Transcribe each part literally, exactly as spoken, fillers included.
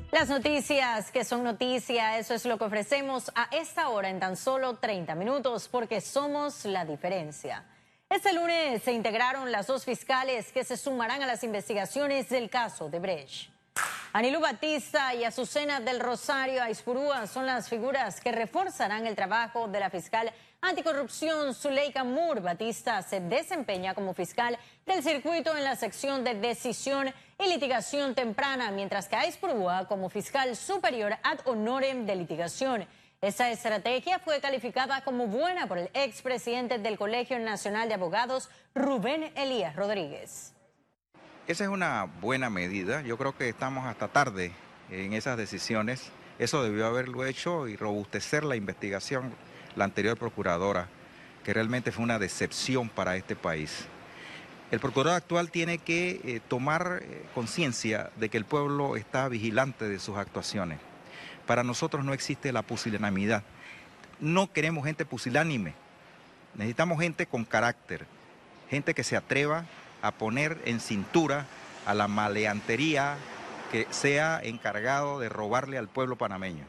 Las noticias que son noticia, eso es lo que ofrecemos a esta hora en tan solo treinta minutos, porque somos la diferencia. Este lunes se integraron las dos fiscales que se sumarán a las investigaciones del caso de Brecht. Anilú Batista y Azucena del Rosario Aizpurúa son las figuras que reforzarán el trabajo de la fiscal anticorrupción Zuleika Moore. Batista se desempeña como fiscal del circuito en la sección de decisión y litigación temprana, mientras que Aizpurúa como fiscal superior ad honorem de litigación. Esta estrategia fue calificada como buena por el expresidente del Colegio Nacional de Abogados, Rubén Elías Rodríguez. Esa es una buena medida. Yo creo que estamos hasta tarde en esas decisiones. Eso debió haberlo hecho y robustecer la investigación, la anterior procuradora, que realmente fue una decepción para este país. El procurador actual tiene que eh, tomar eh, conciencia de que el pueblo está vigilante de sus actuaciones. Para nosotros no existe la pusilanimidad. No queremos gente pusilánime. Necesitamos gente con carácter, gente que se atreva a poner en cintura a la maleantería que sea encargado de robarle al pueblo panameño.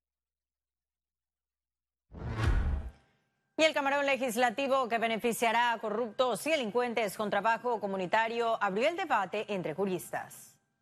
Y el camarón legislativo que beneficiará a corruptos y delincuentes con trabajo comunitario abrió el debate entre juristas.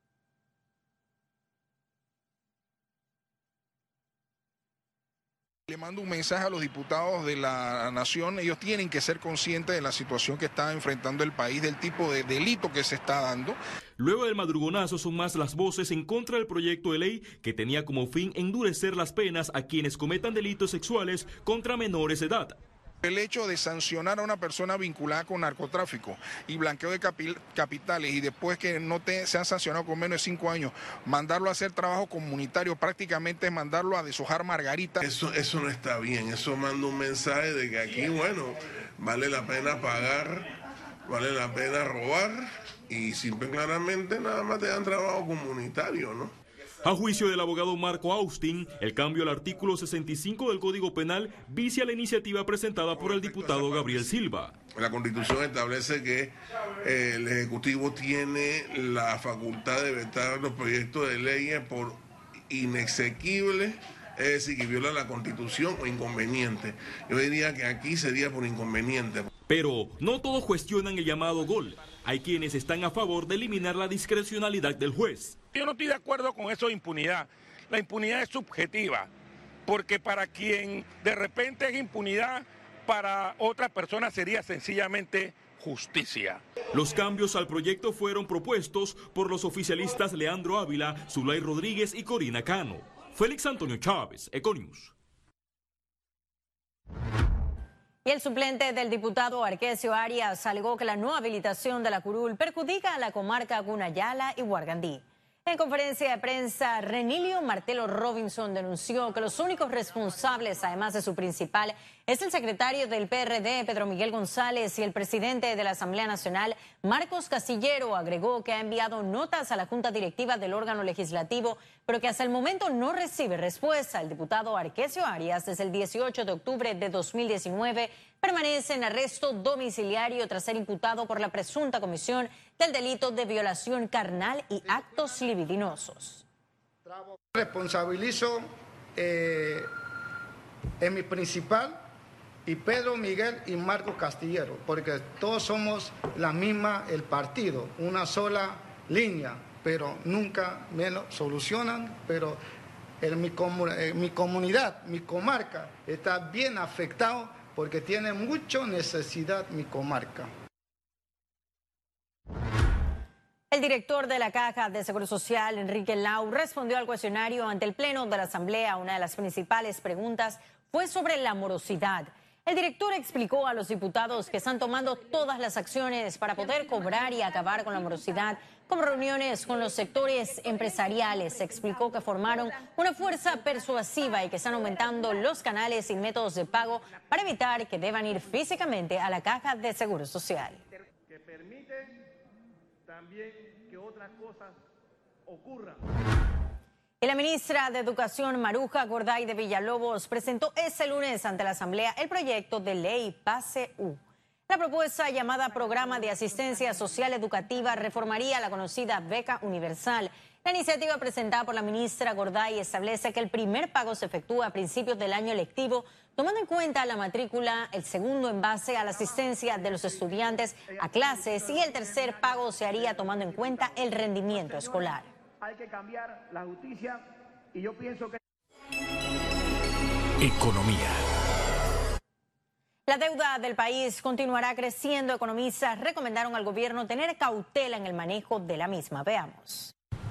Le mando un mensaje a los diputados de la Nación. Ellos tienen que ser conscientes de la situación que está enfrentando el país, del tipo de delito que se está dando. Luego del madrugonazo son más las voces en contra del proyecto de ley que tenía como fin endurecer las penas a quienes cometan delitos sexuales contra menores de edad. El hecho de sancionar a una persona vinculada con narcotráfico y blanqueo de capi capitales y después que no te, sean sancionados con menos de cinco años, mandarlo a hacer trabajo comunitario, prácticamente es mandarlo a deshojar margarita. Eso, eso no está bien, eso manda un mensaje de que aquí, bueno, vale la pena pagar, vale la pena robar y simple claramente nada más te dan trabajo comunitario, ¿no? A juicio del abogado Marco Austin, el cambio al artículo sesenta y cinco del Código Penal vicia la iniciativa presentada por el diputado Gabriel Silva. La Constitución establece que eh, el Ejecutivo tiene la facultad de vetar los proyectos de leyes por inexequibles, es decir, que viola la Constitución o inconveniente. Yo diría que aquí sería por inconveniente. Pero no todos cuestionan el llamado gol. Hay quienes están a favor de eliminar la discrecionalidad del juez. Yo no estoy de acuerdo con eso de impunidad. La impunidad es subjetiva, porque para quien de repente es impunidad, para otra persona sería sencillamente justicia. Los cambios al proyecto fueron propuestos por los oficialistas Leandro Ávila, Zulay Rodríguez y Corina Cano. Félix Antonio Chávez, Econius. Y el suplente del diputado Arquesio Arias alegó que la no habilitación de la curul perjudica a la comarca Gunayala y Huargandí. En conferencia de prensa, Renilio Martelo Robinson denunció que los únicos responsables, además de su principal, es el secretario del P R D, Pedro Miguel González, y el presidente de la Asamblea Nacional, Marcos Castillero. Agregó que ha enviado notas a la Junta Directiva del órgano legislativo, pero que hasta el momento no recibe respuesta. El diputado Arquesio Arias, desde el dieciocho de octubre de dos mil diecinueve, permanece en arresto domiciliario tras ser imputado por la presunta comisión del delito de violación carnal y actos libidinosos. Responsabilizo eh, en mi principal y Pedro Miguel y Marcos Castillero, porque todos somos la misma, el partido, una sola línea, pero nunca me lo solucionan, pero en mi, comun en mi comunidad, mi comarca, está bien afectado porque tiene mucha necesidad mi comarca. El director de la Caja de Seguro Social, Enrique Lau, respondió al cuestionario ante el Pleno de la Asamblea. Una de las principales preguntas fue sobre la morosidad. El director explicó a los diputados que están tomando todas las acciones para poder cobrar y acabar con la morosidad, como reuniones con los sectores empresariales. Explicó que formaron una fuerza persuasiva y que están aumentando los canales y métodos de pago para evitar que deban ir físicamente a la Caja de Seguro Social. Que permiten también que otras cosas ocurran. Y la ministra de Educación, Maruja Gorday de Villalobos, presentó este lunes ante la Asamblea el proyecto de ley PASE U. La propuesta llamada Programa de Asistencia Social Educativa reformaría la conocida Beca Universal. La iniciativa presentada por la ministra Gorday establece que el primer pago se efectúa a principios del año lectivo, tomando en cuenta la matrícula, el segundo en base a la asistencia de los estudiantes a clases y el tercer pago se haría tomando en cuenta el rendimiento escolar. Hay que cambiar la justicia y yo pienso que... Economía. La deuda del país continuará creciendo. Economistas recomendaron al gobierno tener cautela en el manejo de la misma. Veamos.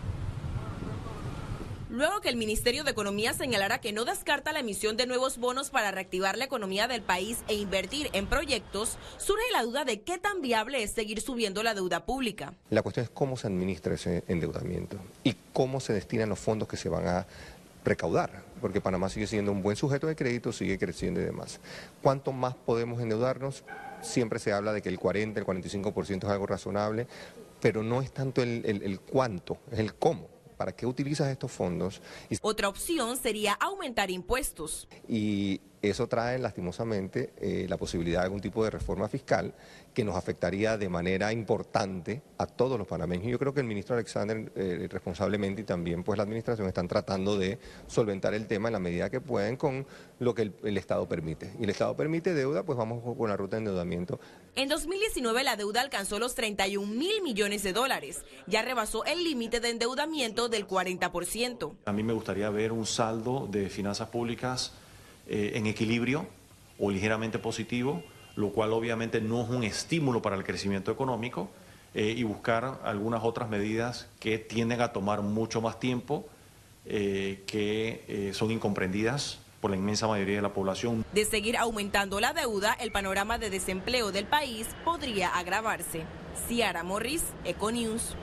Luego que el Ministerio de Economía señalara que no descarta la emisión de nuevos bonos para reactivar la economía del país e invertir en proyectos, surge la duda de qué tan viable es seguir subiendo la deuda pública. La cuestión es cómo se administra ese endeudamiento y cómo se destinan los fondos que se van a recaudar, porque Panamá sigue siendo un buen sujeto de crédito, sigue creciendo y demás. ¿Cuánto más podemos endeudarnos? Siempre se habla de que el cuarenta, el cuarenta y cinco por ciento es algo razonable, pero no es tanto el, el, el cuánto, es el cómo. ¿Para qué utilizas estos fondos? Y... Otra opción sería aumentar impuestos. Y eso trae lastimosamente eh, la posibilidad de algún tipo de reforma fiscal que nos afectaría de manera importante a todos los panameños. Yo creo que el ministro Alexander eh, responsablemente y también pues la administración están tratando de solventar el tema en la medida que pueden con lo que el, el Estado permite. Y el Estado permite deuda, pues vamos con la ruta de endeudamiento. En dos mil diecinueve la deuda alcanzó los treinta y un mil millones de dólares. Ya rebasó el límite de endeudamiento del cuarenta por ciento. A mí me gustaría ver un saldo de finanzas públicas eh, en equilibrio o ligeramente positivo, lo cual obviamente no es un estímulo para el crecimiento económico, eh, y buscar algunas otras medidas que tienden a tomar mucho más tiempo, eh, que eh, son incomprendidas por la inmensa mayoría de la población. De seguir aumentando la deuda, el panorama de desempleo del país podría agravarse. Ciara Morris, Econews.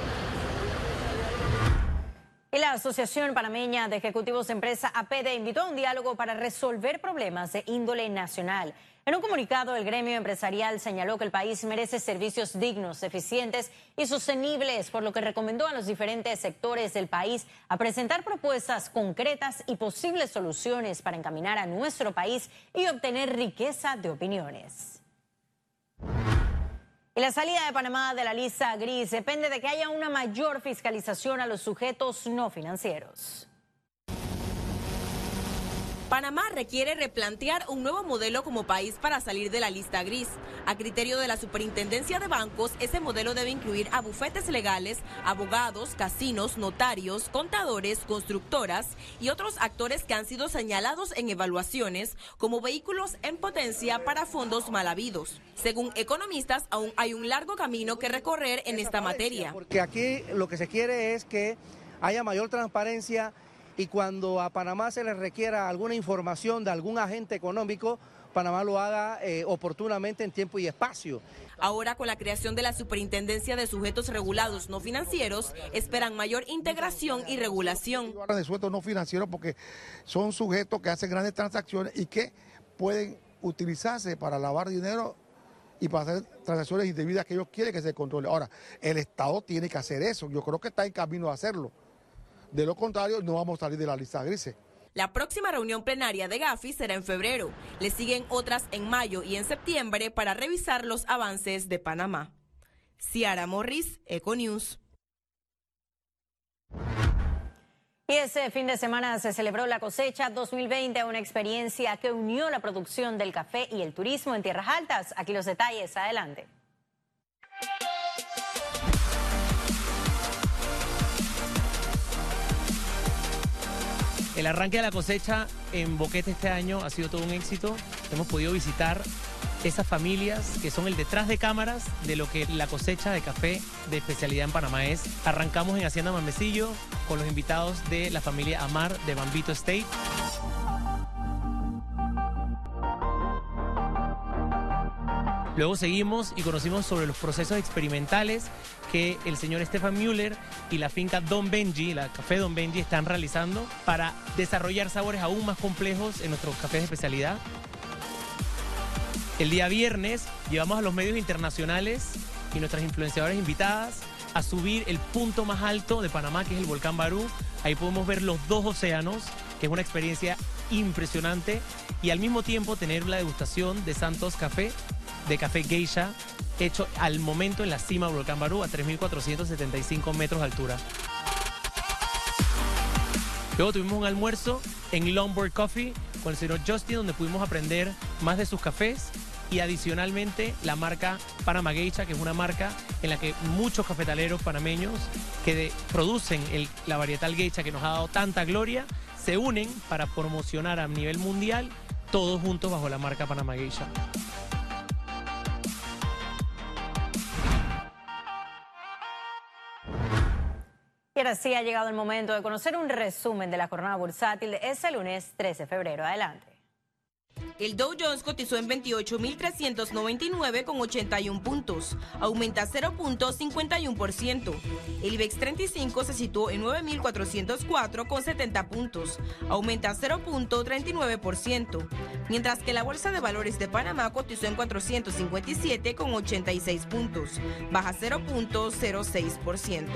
Y la Asociación Panameña de Ejecutivos de Empresa, A P D, invitó a un diálogo para resolver problemas de índole nacional. En un comunicado, el gremio empresarial señaló que el país merece servicios dignos, eficientes y sostenibles, por lo que recomendó a los diferentes sectores del país a presentar propuestas concretas y posibles soluciones para encaminar a nuestro país y obtener riqueza de opiniones. Y la salida de Panamá de la lista gris depende de que haya una mayor fiscalización a los sujetos no financieros. Panamá requiere replantear un nuevo modelo como país para salir de la lista gris. A criterio de la Superintendencia de Bancos, ese modelo debe incluir a bufetes legales, abogados, casinos, notarios, contadores, constructoras y otros actores que han sido señalados en evaluaciones como vehículos en potencia para fondos mal habidos. Según economistas, aún hay un largo camino que recorrer en esta materia. Porque aquí lo que se quiere es que haya mayor transparencia, y cuando a Panamá se le requiera alguna información de algún agente económico, Panamá lo haga eh, oportunamente en tiempo y espacio. Ahora, con la creación de la Superintendencia de Sujetos Regulados No Financieros, esperan mayor integración y regulación. De sujetos no financieros porque son sujetos que hacen grandes transacciones y que pueden utilizarse para lavar dinero y para hacer transacciones indebidas que ellos quieren que se controle. Ahora, el Estado tiene que hacer eso. Yo creo que está en camino a hacerlo. De lo contrario, no vamos a salir de la lista gris. La próxima reunión plenaria de Gafi será en febrero. Le siguen otras en mayo y en septiembre para revisar los avances de Panamá. Ciara Morris, Econews. Y ese fin de semana se celebró la cosecha dos mil veinte, una experiencia que unió la producción del café y el turismo en Tierras Altas. Aquí los detalles, adelante. El arranque de la cosecha en Boquete este año ha sido todo un éxito. Hemos podido visitar esas familias que son el detrás de cámaras de lo que la cosecha de café de especialidad en Panamá es. Arrancamos en Hacienda Mamecillo con los invitados de la familia Amar de Bambito Estate. Luego seguimos y conocimos sobre los procesos experimentales que el señor Stefan Müller y la finca Don Benji, la Café Don Benji, están realizando para desarrollar sabores aún más complejos en nuestros cafés de especialidad. El día viernes llevamos a los medios internacionales y nuestras influenciadoras invitadas a subir el punto más alto de Panamá, que es el volcán Barú. Ahí podemos ver los dos océanos, que es una experiencia impresionante, y al mismo tiempo tener la degustación de Santos Café de café geisha hecho al momento en la cima del volcán Barú a tres mil cuatrocientos setenta y cinco metros de altura. Luego tuvimos un almuerzo en Longboard Coffee con el señor Justin, donde pudimos aprender más de sus cafés y adicionalmente la marca Panama Geisha, que es una marca en la que muchos cafetaleros panameños que de, producen el, la varietal geisha que nos ha dado tanta gloria, se unen para promocionar a nivel mundial, todos juntos bajo la marca Panama Geisha. Y ahora sí ha llegado el momento de conocer un resumen de la jornada bursátil de este lunes trece de febrero. Adelante. El Dow Jones cotizó en veintiocho mil trescientos noventa y nueve con ochenta y un puntos, aumenta cero punto cincuenta y uno por ciento. El IBEX treinta y cinco se situó en nueve mil cuatrocientos cuatro con setenta puntos, aumenta cero punto treinta y nueve por ciento. Mientras que la Bolsa de Valores de Panamá cotizó en cuatrocientos cincuenta y siete con ochenta y seis puntos, baja cero punto cero seis por ciento.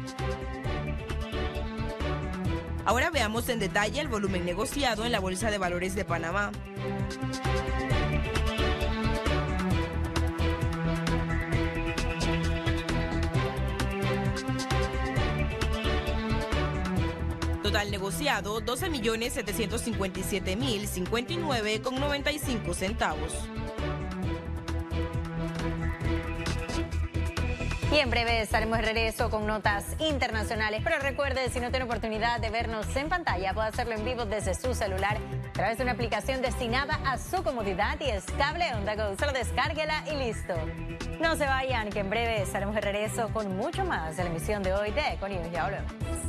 Ahora veamos en detalle el volumen negociado en la Bolsa de Valores de Panamá. Total negociado doce millones setecientos cincuenta y siete mil cincuenta y nueve con noventa y cinco centavos. Y en breve estaremos de regreso con notas internacionales. Pero recuerde, si no tiene oportunidad de vernos en pantalla, puede hacerlo en vivo desde su celular a través de una aplicación destinada a su comodidad y es Cable Onda Go. Solo descárguela y listo. No se vayan, que en breve estaremos de regreso con mucho más de la emisión de hoy de Econius. Ya volvemos.